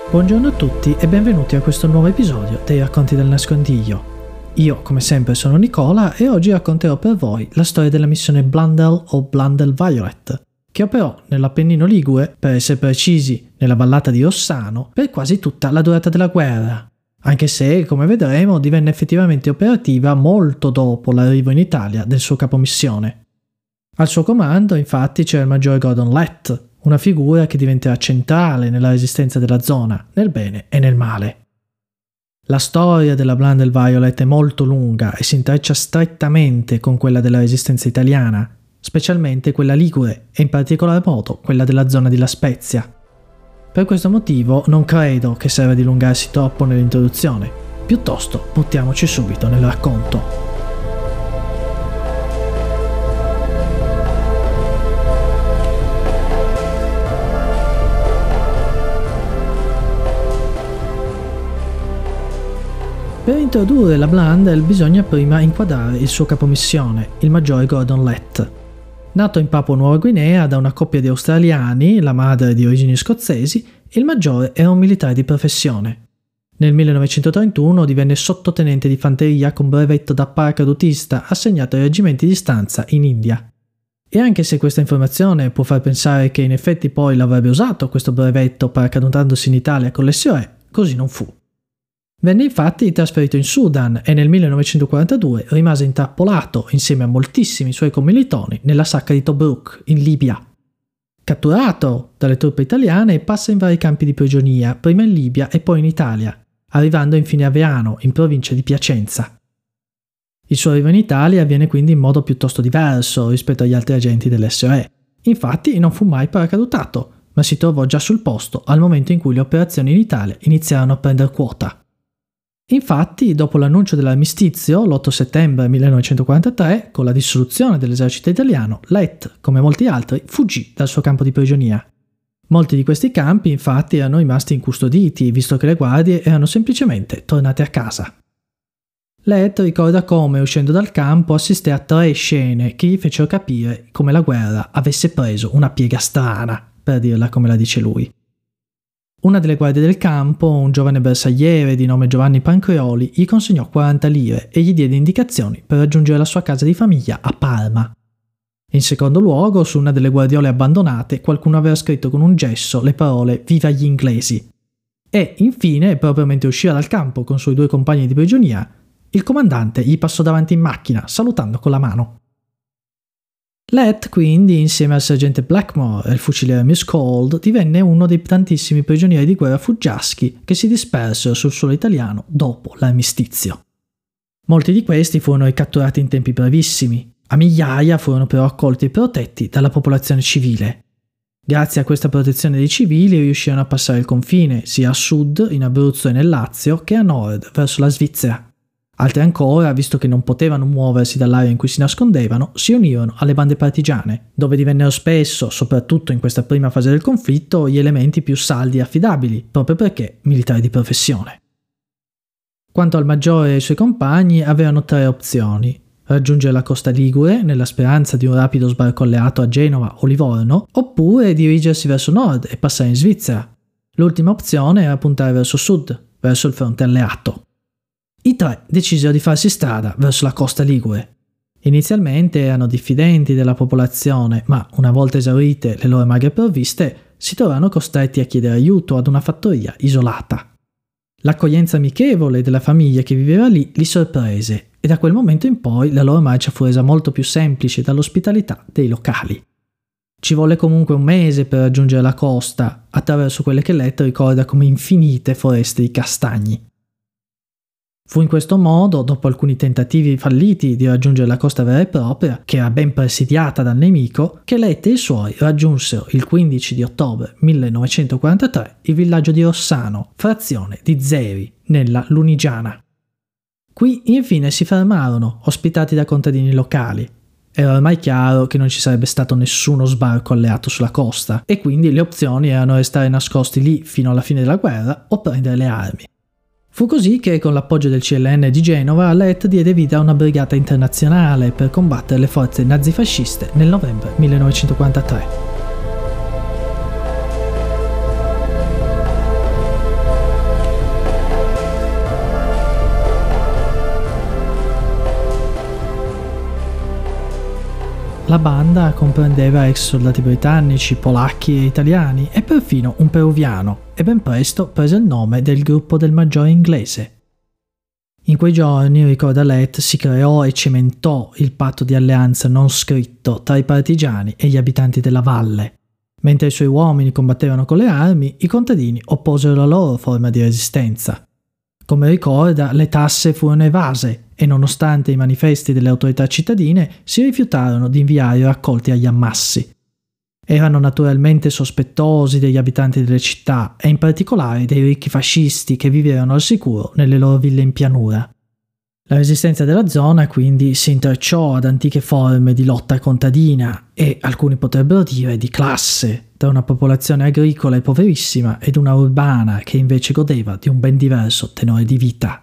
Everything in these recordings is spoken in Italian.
Buongiorno a tutti e benvenuti a questo nuovo episodio dei Racconti del Nascondiglio. Io, come sempre, sono Nicola e oggi racconterò per voi la storia della missione Blundell o Blundell Violet, che operò nell'Appennino Ligure, per essere precisi, nella vallata di Rossano, per quasi tutta la durata della guerra, anche se, come vedremo, divenne effettivamente operativa molto dopo l'arrivo in Italia del suo capomissione. Al suo comando, infatti, c'era il maggiore Gordon Lett, una figura che diventerà centrale nella resistenza della zona, nel bene e nel male. La storia della Blundell Violet è molto lunga e si intreccia strettamente con quella della resistenza italiana, specialmente quella ligure e in particolar modo quella della zona di La Spezia. Per questo motivo non credo che serva dilungarsi troppo nell'introduzione, piuttosto buttiamoci subito nel racconto. Per introdurre la Blundell bisogna prima inquadrare il suo capomissione, il maggiore Gordon Lett. Nato in Papua Nuova Guinea da una coppia di australiani, la madre di origini scozzesi, il maggiore era un militare di professione. Nel 1931 divenne sottotenente di fanteria con brevetto da paracadutista assegnato ai reggimenti di stanza in India. E anche se questa informazione può far pensare che in effetti poi l'avrebbe usato questo brevetto paracadutandosi in Italia con l'SOE, così non fu. Venne infatti trasferito in Sudan e nel 1942 rimase intrappolato insieme a moltissimi suoi commilitoni nella sacca di Tobruk, in Libia. Catturato dalle truppe italiane passa in vari campi di prigionia, prima in Libia e poi in Italia, arrivando infine a Veano, in provincia di Piacenza. Il suo arrivo in Italia avviene quindi in modo piuttosto diverso rispetto agli altri agenti dell'SOE. Infatti non fu mai paracadutato, ma si trovò già sul posto al momento in cui le operazioni in Italia iniziarono a prendere quota. Infatti, dopo l'annuncio dell'armistizio, l'8 settembre 1943, con la dissoluzione dell'esercito italiano, Lett, come molti altri, fuggì dal suo campo di prigionia. Molti di questi campi, infatti, erano rimasti incustoditi, visto che le guardie erano semplicemente tornate a casa. Lett ricorda come, uscendo dal campo, assisté a 3 scene che gli fecero capire come la guerra avesse preso una piega strana, per dirla come la dice lui. Una delle guardie del campo, un giovane bersagliere di nome Giovanni Pancreoli, gli consegnò 40 lire e gli diede indicazioni per raggiungere la sua casa di famiglia a Parma. In secondo luogo, su una delle guardiole abbandonate, qualcuno aveva scritto con un gesso le parole «Viva gli inglesi». E, infine, proprio mentre usciva dal campo con i suoi 2 compagni di prigionia, il comandante gli passò davanti in macchina, salutando con la mano. Lett, quindi, insieme al sergente Blackmore e al fuciliere Miss Cold, divenne uno dei tantissimi prigionieri di guerra fuggiaschi che si dispersero sul suolo italiano dopo l'armistizio. Molti di questi furono ricatturati in tempi brevissimi, a migliaia furono però accolti e protetti dalla popolazione civile. Grazie a questa protezione dei civili riuscirono a passare il confine, sia a sud, in Abruzzo e nel Lazio, che a nord, verso la Svizzera. Altri ancora, visto che non potevano muoversi dall'area in cui si nascondevano, si unirono alle bande partigiane, dove divennero spesso, soprattutto in questa prima fase del conflitto, gli elementi più saldi e affidabili, proprio perché militari di professione. Quanto al maggiore e ai suoi compagni, avevano 3 opzioni: raggiungere la costa ligure, nella speranza di un rapido sbarco alleato a Genova o Livorno, oppure dirigersi verso nord e passare in Svizzera. L'ultima opzione era puntare verso sud, verso il fronte alleato. I 3 decisero di farsi strada verso la costa ligure. Inizialmente erano diffidenti della popolazione, ma una volta esaurite le loro magre provviste, si trovarono costretti a chiedere aiuto ad una fattoria isolata. L'accoglienza amichevole della famiglia che viveva lì li sorprese e da quel momento in poi la loro marcia fu resa molto più semplice dall'ospitalità dei locali. Ci volle comunque un mese per raggiungere la costa, attraverso quelle che Lett ricorda come infinite foreste di castagni. Fu in questo modo, dopo alcuni tentativi falliti di raggiungere la costa vera e propria, che era ben presidiata dal nemico, che Lett e i suoi raggiunsero il 15 di ottobre 1943 il villaggio di Rossano, frazione di Zeri, nella Lunigiana. Qui infine si fermarono, ospitati da contadini locali. Era ormai chiaro che non ci sarebbe stato nessuno sbarco alleato sulla costa, e quindi le opzioni erano restare nascosti lì fino alla fine della guerra o prendere le armi. Fu così che, con l'appoggio del CLN di Genova, Lett diede vita a una brigata internazionale per combattere le forze nazifasciste nel novembre 1943. la banda comprendeva ex soldati britannici, polacchi e italiani e perfino un peruviano, e ben presto prese il nome del gruppo del maggiore inglese. In quei giorni, ricorda Lett, si creò e cementò il patto di alleanza non scritto tra i partigiani e gli abitanti della valle. Mentre i suoi uomini combattevano con le armi, i contadini opposero la loro forma di resistenza. Come ricorda, le tasse furono evase e, nonostante i manifesti delle autorità cittadine, si rifiutarono di inviare raccolti agli ammassi. Erano naturalmente sospettosi degli abitanti delle città e in particolare dei ricchi fascisti che vivevano al sicuro nelle loro ville in pianura. La resistenza della zona quindi si intrecciò ad antiche forme di lotta contadina e, alcuni potrebbero dire, di classe, tra una popolazione agricola e poverissima ed una urbana che invece godeva di un ben diverso tenore di vita.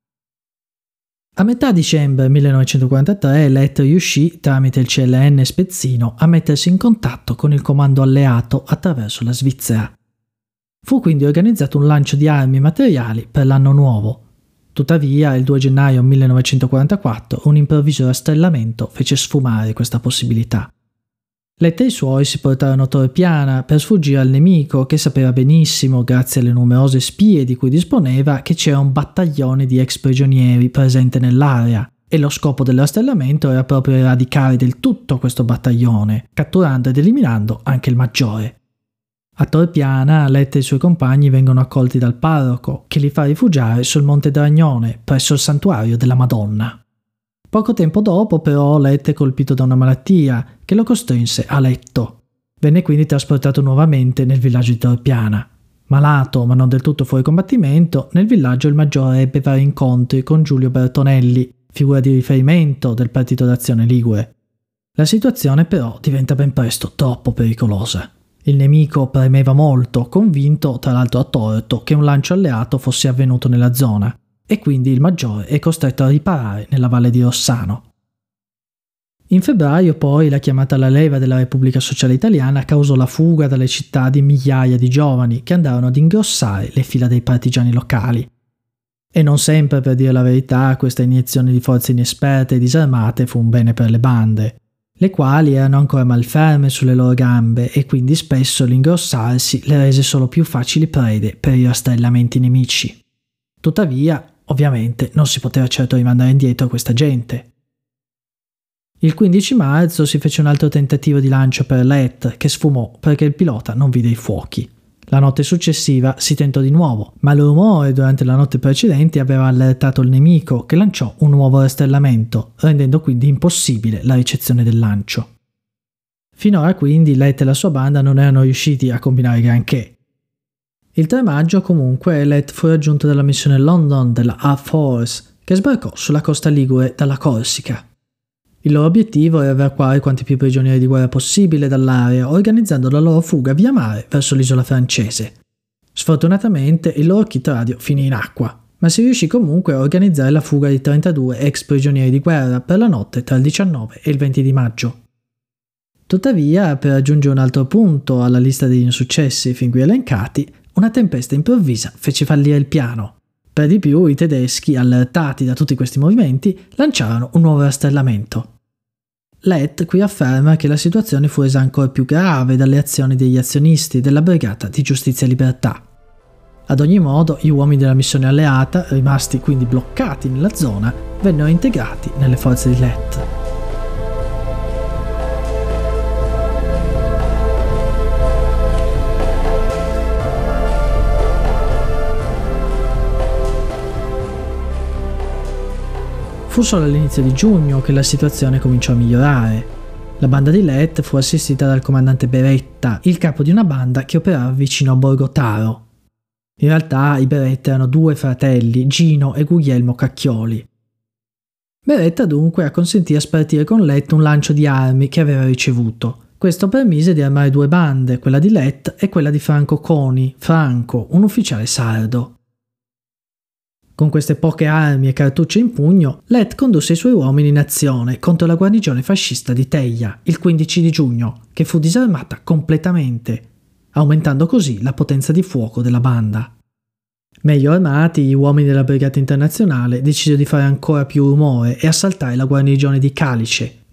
A metà dicembre 1943 Lett riuscì, tramite il CLN spezzino, a mettersi in contatto con il comando alleato attraverso la Svizzera. Fu quindi organizzato un lancio di armi e materiali per l'anno nuovo. Tuttavia, il 2 gennaio 1944, un improvviso rastrellamento fece sfumare questa possibilità. Lett e i suoi si portarono a Torre Piana per sfuggire al nemico che sapeva benissimo, grazie alle numerose spie di cui disponeva, che c'era un battaglione di ex prigionieri presente nell'area e lo scopo del rastrellamento era proprio eradicare del tutto questo battaglione, catturando ed eliminando anche il maggiore. A Torre Piana, Lett e i suoi compagni vengono accolti dal parroco, che li fa rifugiare sul Monte Dragnone, presso il santuario della Madonna. Poco tempo dopo, però, Lett è colpito da una malattia che lo costrinse a letto. Venne quindi trasportato nuovamente nel villaggio di Torre Piana. Malato, ma non del tutto fuori combattimento, nel villaggio il maggiore ebbe vari incontri con Giulio Bertonelli, figura di riferimento del Partito d'Azione Ligure. La situazione però diventa ben presto troppo pericolosa. Il nemico premeva molto, convinto, tra l'altro a torto, che un lancio alleato fosse avvenuto nella zona, e quindi il maggiore è costretto a riparare nella valle di Rossano. In febbraio poi la chiamata alla leva della Repubblica Sociale Italiana causò la fuga dalle città di migliaia di giovani che andarono ad ingrossare le fila dei partigiani locali. E non sempre, per dire la verità, questa iniezione di forze inesperte e disarmate fu un bene per le bande, le quali erano ancora malferme sulle loro gambe e quindi spesso l'ingrossarsi le rese solo più facili prede per i rastrellamenti nemici. Tuttavia, ovviamente, non si poteva certo rimandare indietro questa gente. Il 15 marzo si fece un altro tentativo di lancio per Lett, che sfumò perché il pilota non vide i fuochi. La notte successiva si tentò di nuovo, ma il rumore durante la notte precedente aveva allertato il nemico, che lanciò un nuovo rastrellamento, rendendo quindi impossibile la ricezione del lancio. Finora quindi Lett e la sua banda non erano riusciti a combinare granché. Il 3 maggio comunque Lett fu raggiunto dalla missione London della Air Force, che sbarcò sulla costa ligure dalla Corsica. Il loro obiettivo era evacuare quanti più prigionieri di guerra possibile dall'area, organizzando la loro fuga via mare verso l'isola francese. Sfortunatamente il loro kit radio finì in acqua, ma si riuscì comunque a organizzare la fuga di 32 ex prigionieri di guerra per la notte tra il 19 e il 20 di maggio. Tuttavia, per aggiungere un altro punto alla lista degli insuccessi fin qui elencati, una tempesta improvvisa fece fallire il piano. Per di più, i tedeschi, allertati da tutti questi movimenti, lanciarono un nuovo rastrellamento. Lett qui afferma che la situazione fu resa ancora più grave dalle azioni degli azionisti della Brigata di Giustizia e Libertà. Ad ogni modo, gli uomini della missione alleata, rimasti quindi bloccati nella zona, vennero integrati nelle forze di Lett. Fu solo all'inizio di giugno che la situazione cominciò a migliorare. La banda di Lett fu assistita dal comandante Beretta, il capo di una banda che operava vicino a Borgotaro. In realtà i Beretta erano due fratelli, Gino e Guglielmo Cacchioli. Beretta dunque acconsentì a spartire con Lett un lancio di armi che aveva ricevuto. Questo permise di armare due bande, quella di Lett e quella di Franco Coni, Franco, un ufficiale sardo. Con queste poche armi e cartucce in pugno, Lett condusse i suoi uomini in azione contro la guarnigione fascista di Teglia il 15 di giugno, che fu disarmata completamente, aumentando così la potenza di fuoco della banda. Meglio armati, gli uomini della Brigata Internazionale decisero di fare ancora più rumore e assaltare la guarnigione di Calice,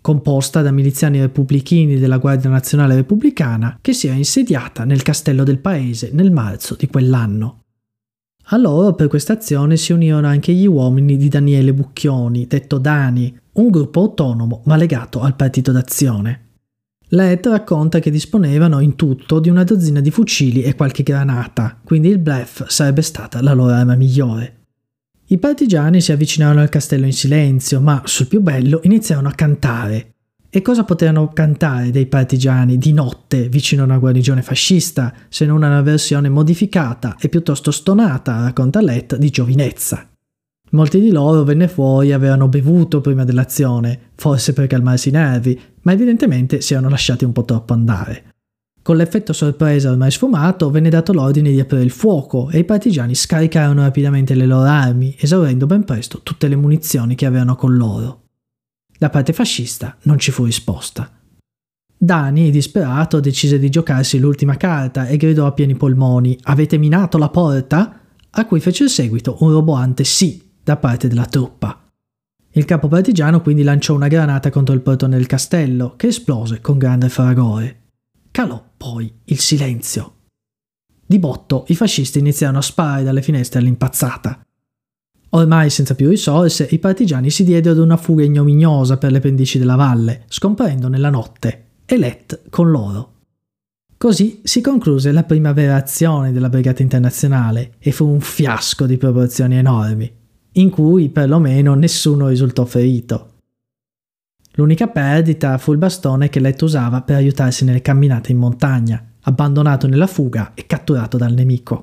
composta da miliziani repubblichini della Guardia Nazionale Repubblicana che si era insediata nel castello del paese nel marzo di quell'anno. A loro per questa azione si unirono anche gli uomini di Daniele Bucchioni, detto Dani, un gruppo autonomo ma legato al Partito d'Azione. Lett racconta che disponevano in tutto di una dozzina di fucili e qualche granata, quindi il bluff sarebbe stata la loro arma migliore. I partigiani si avvicinarono al castello in silenzio, ma sul più bello iniziarono a cantare. E cosa potevano cantare dei partigiani di notte vicino a una guarnigione fascista, se non una versione modificata e piuttosto stonata, racconta Lett, di giovinezza. Molti di loro venne fuori e avevano bevuto prima dell'azione, forse per calmarsi i nervi, ma evidentemente si erano lasciati un po' troppo andare. Con l'effetto sorpresa ormai sfumato, venne dato l'ordine di aprire il fuoco e i partigiani scaricarono rapidamente le loro armi, esaurendo ben presto tutte le munizioni che avevano con loro. Da parte fascista non ci fu risposta. Dani, disperato, decise di giocarsi l'ultima carta e gridò a pieni polmoni: «Avete minato la porta?» A cui fece il seguito un roboante sì da parte della truppa. Il capo partigiano quindi lanciò una granata contro il portone del castello, che esplose con grande fragore. Calò poi il silenzio. Di botto i fascisti iniziarono a sparare dalle finestre all'impazzata. Ormai senza più risorse, i partigiani si diedero ad una fuga ignominiosa per le pendici della valle, scomparendo nella notte, e Lett con loro. Così si concluse la prima vera azione della Brigata Internazionale e fu un fiasco di proporzioni enormi, in cui perlomeno nessuno risultò ferito. L'unica perdita fu il bastone che Lett usava per aiutarsi nelle camminate in montagna, abbandonato nella fuga e catturato dal nemico.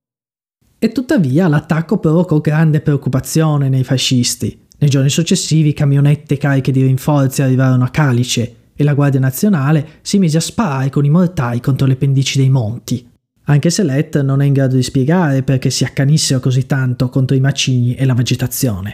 E tuttavia l'attacco provocò grande preoccupazione nei fascisti. Nei giorni successivi camionette cariche di rinforzi arrivarono a Calice e la Guardia Nazionale si mise a sparare con i mortai contro le pendici dei monti. Anche se Lett non è in grado di spiegare perché si accanissero così tanto contro i macigni e la vegetazione.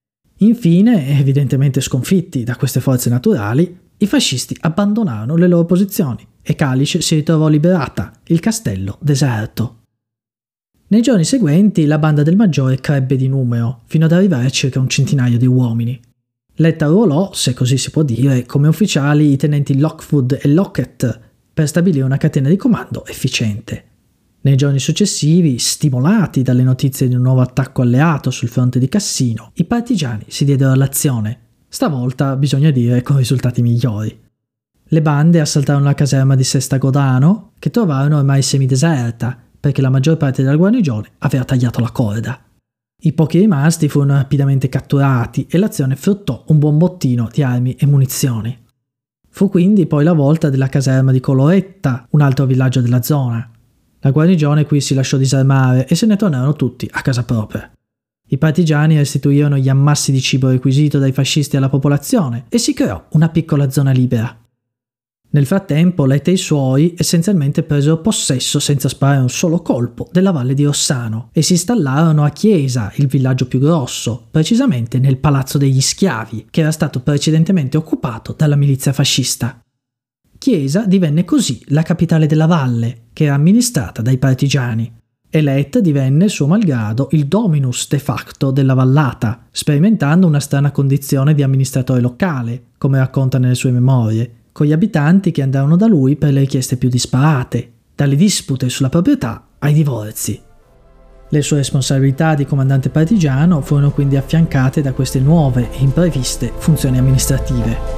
Infine, evidentemente sconfitti da queste forze naturali, i fascisti abbandonarono le loro posizioni e Calice si ritrovò liberata, il castello deserto. Nei giorni seguenti la banda del maggiore crebbe di numero, fino ad arrivare a circa un centinaio di uomini. Lett arruolò, se così si può dire, come ufficiali i tenenti Lockwood e Lockett per stabilire una catena di comando efficiente. Nei giorni successivi, stimolati dalle notizie di un nuovo attacco alleato sul fronte di Cassino, i partigiani si diedero all'azione, stavolta bisogna dire con risultati migliori. Le bande assaltarono la caserma di Sestagodano, che trovarono ormai semideserta, perché la maggior parte della guarnigione aveva tagliato la corda. I pochi rimasti furono rapidamente catturati e l'azione fruttò un buon bottino di armi e munizioni. Fu quindi poi la volta della caserma di Coloretta, un altro villaggio della zona. La guarnigione qui si lasciò disarmare e se ne tornarono tutti a casa propria. I partigiani restituirono gli ammassi di cibo requisito dai fascisti alla popolazione e si creò una piccola zona libera. Nel frattempo Lett e i suoi essenzialmente presero possesso senza sparare un solo colpo della valle di Rossano e si installarono a Chiesa, il villaggio più grosso, precisamente nel Palazzo degli Schiavi, che era stato precedentemente occupato dalla milizia fascista. Chiesa divenne così la capitale della valle, che era amministrata dai partigiani, e Lett divenne, suo malgrado, il dominus de facto della vallata, sperimentando una strana condizione di amministratore locale, come racconta nelle sue memorie, con gli abitanti che andarono da lui per le richieste più disparate, dalle dispute sulla proprietà ai divorzi. Le sue responsabilità di comandante partigiano furono quindi affiancate da queste nuove e impreviste funzioni amministrative.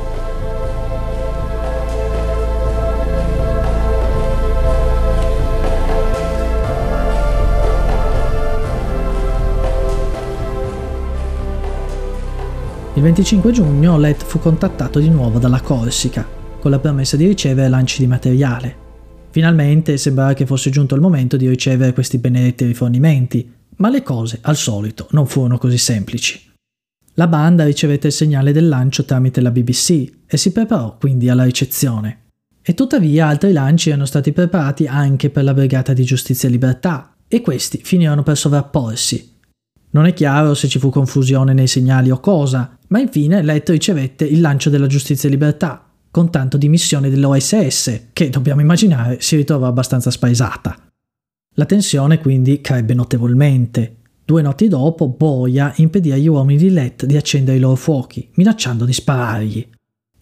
Il 25 giugno Lett fu contattato di nuovo dalla Corsica, con la promessa di ricevere lanci di materiale. Finalmente sembrava che fosse giunto il momento di ricevere questi benedetti rifornimenti, ma le cose, al solito, non furono così semplici. La banda ricevette il segnale del lancio tramite la BBC e si preparò quindi alla ricezione. E tuttavia altri lanci erano stati preparati anche per la Brigata di Giustizia e Libertà, e questi finirono per sovrapporsi. Non è chiaro se ci fu confusione nei segnali o cosa, ma infine Lett ricevette il lancio della Giustizia e Libertà, con tanto di missione dell'OSS, che dobbiamo immaginare si ritrova abbastanza spaesata. La tensione quindi crebbe notevolmente. 2 notti dopo, Boia impedì agli uomini di Lett di accendere i loro fuochi, minacciando di sparargli.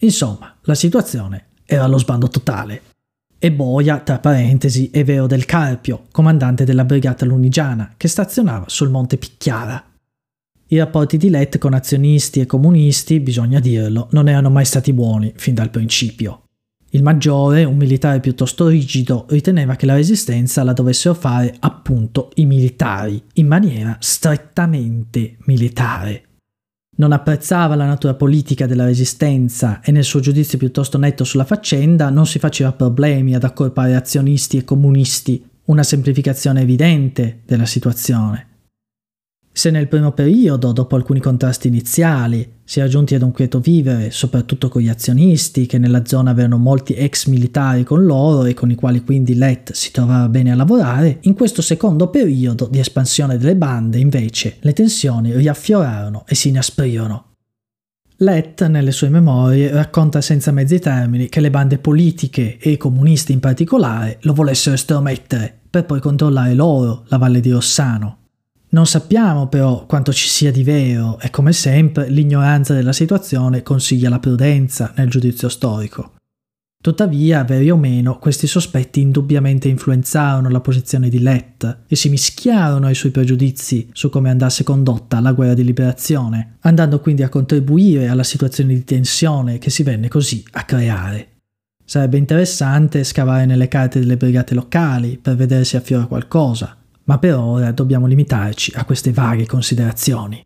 Insomma, la situazione era allo sbando totale. E boia, tra parentesi, Evero del Carpio, comandante della brigata lunigiana, che stazionava sul monte Picchiara. I rapporti di Lett con azionisti e comunisti, bisogna dirlo, non erano mai stati buoni fin dal principio. Il maggiore, un militare piuttosto rigido, riteneva che la resistenza la dovessero fare appunto i militari, in maniera strettamente militare. Non apprezzava la natura politica della resistenza e nel suo giudizio piuttosto netto sulla faccenda non si faceva problemi ad accorpare azionisti e comunisti, una semplificazione evidente della situazione. Se nel primo periodo, dopo alcuni contrasti iniziali, si era giunti ad un quieto vivere, soprattutto con gli azionisti, che nella zona avevano molti ex militari con loro e con i quali quindi Lett si trovava bene a lavorare, in questo secondo periodo di espansione delle bande, invece, le tensioni riaffiorarono e si inasprirono. Lett, nelle sue memorie, racconta senza mezzi termini che le bande politiche e i comunisti in particolare lo volessero estromettere, per poi controllare loro la valle di Rossano. Non sappiamo però quanto ci sia di vero e come sempre l'ignoranza della situazione consiglia la prudenza nel giudizio storico. Tuttavia, veri o meno, questi sospetti indubbiamente influenzarono la posizione di Lett e si mischiarono ai suoi pregiudizi su come andasse condotta la guerra di liberazione, andando quindi a contribuire alla situazione di tensione che si venne così a creare. Sarebbe interessante scavare nelle carte delle brigate locali per vedere se affiora qualcosa, ma per ora dobbiamo limitarci a queste vaghe considerazioni.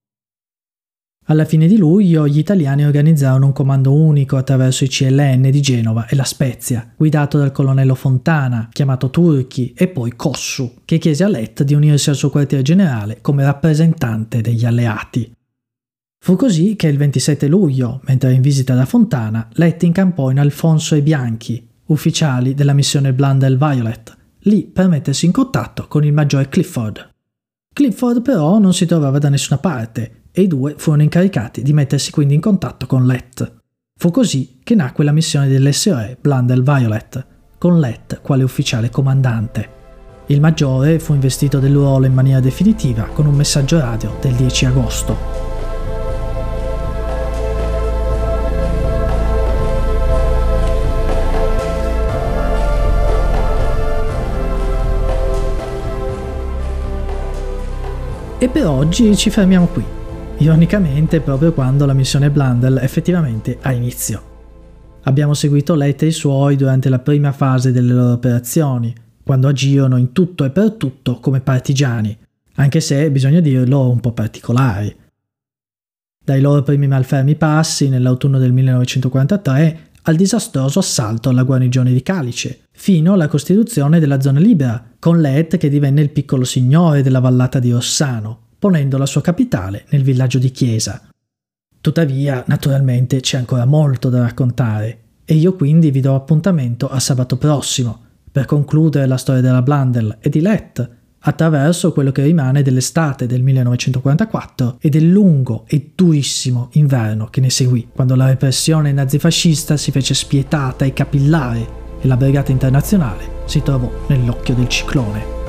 Alla fine di luglio gli italiani organizzarono un comando unico attraverso i CLN di Genova e La Spezia, guidato dal colonnello Fontana, chiamato Turchi, e poi Cossu, che chiese a Lett di unirsi al suo quartier generale come rappresentante degli alleati. Fu così che il 27 luglio, mentre era in visita da Fontana, Lett incampò in Alfonso e Bianchi, ufficiali della missione Blundell Violet, lì per mettersi in contatto con il maggiore Clifford. Clifford però non si trovava da nessuna parte e i due furono incaricati di mettersi quindi in contatto con Lett. Fu così che nacque la missione dell'SOE Blundell Violet, con Lett quale ufficiale comandante. Il maggiore fu investito del ruolo in maniera definitiva con un messaggio radio del 10 agosto. E per oggi ci fermiamo qui, ironicamente proprio quando la missione Blundell effettivamente ha inizio. Abbiamo seguito Lett e i suoi durante la prima fase delle loro operazioni, quando agirono in tutto e per tutto come partigiani, anche se, bisogna dirlo, un po' particolari. Dai loro primi malfermi passi nell'autunno del 1943 al disastroso assalto alla guarnigione di Calice, fino alla costituzione della zona libera, con Lett che divenne il piccolo signore della vallata di Rossano, ponendo la sua capitale nel villaggio di Chiesa. Tuttavia, naturalmente, c'è ancora molto da raccontare, e io quindi vi do appuntamento a sabato prossimo, per concludere la storia della Blundell e di Lett, attraverso quello che rimane dell'estate del 1944 e del lungo e durissimo inverno che ne seguì, quando la repressione nazifascista si fece spietata e capillare e la Brigata Internazionale si trovò nell'occhio del ciclone.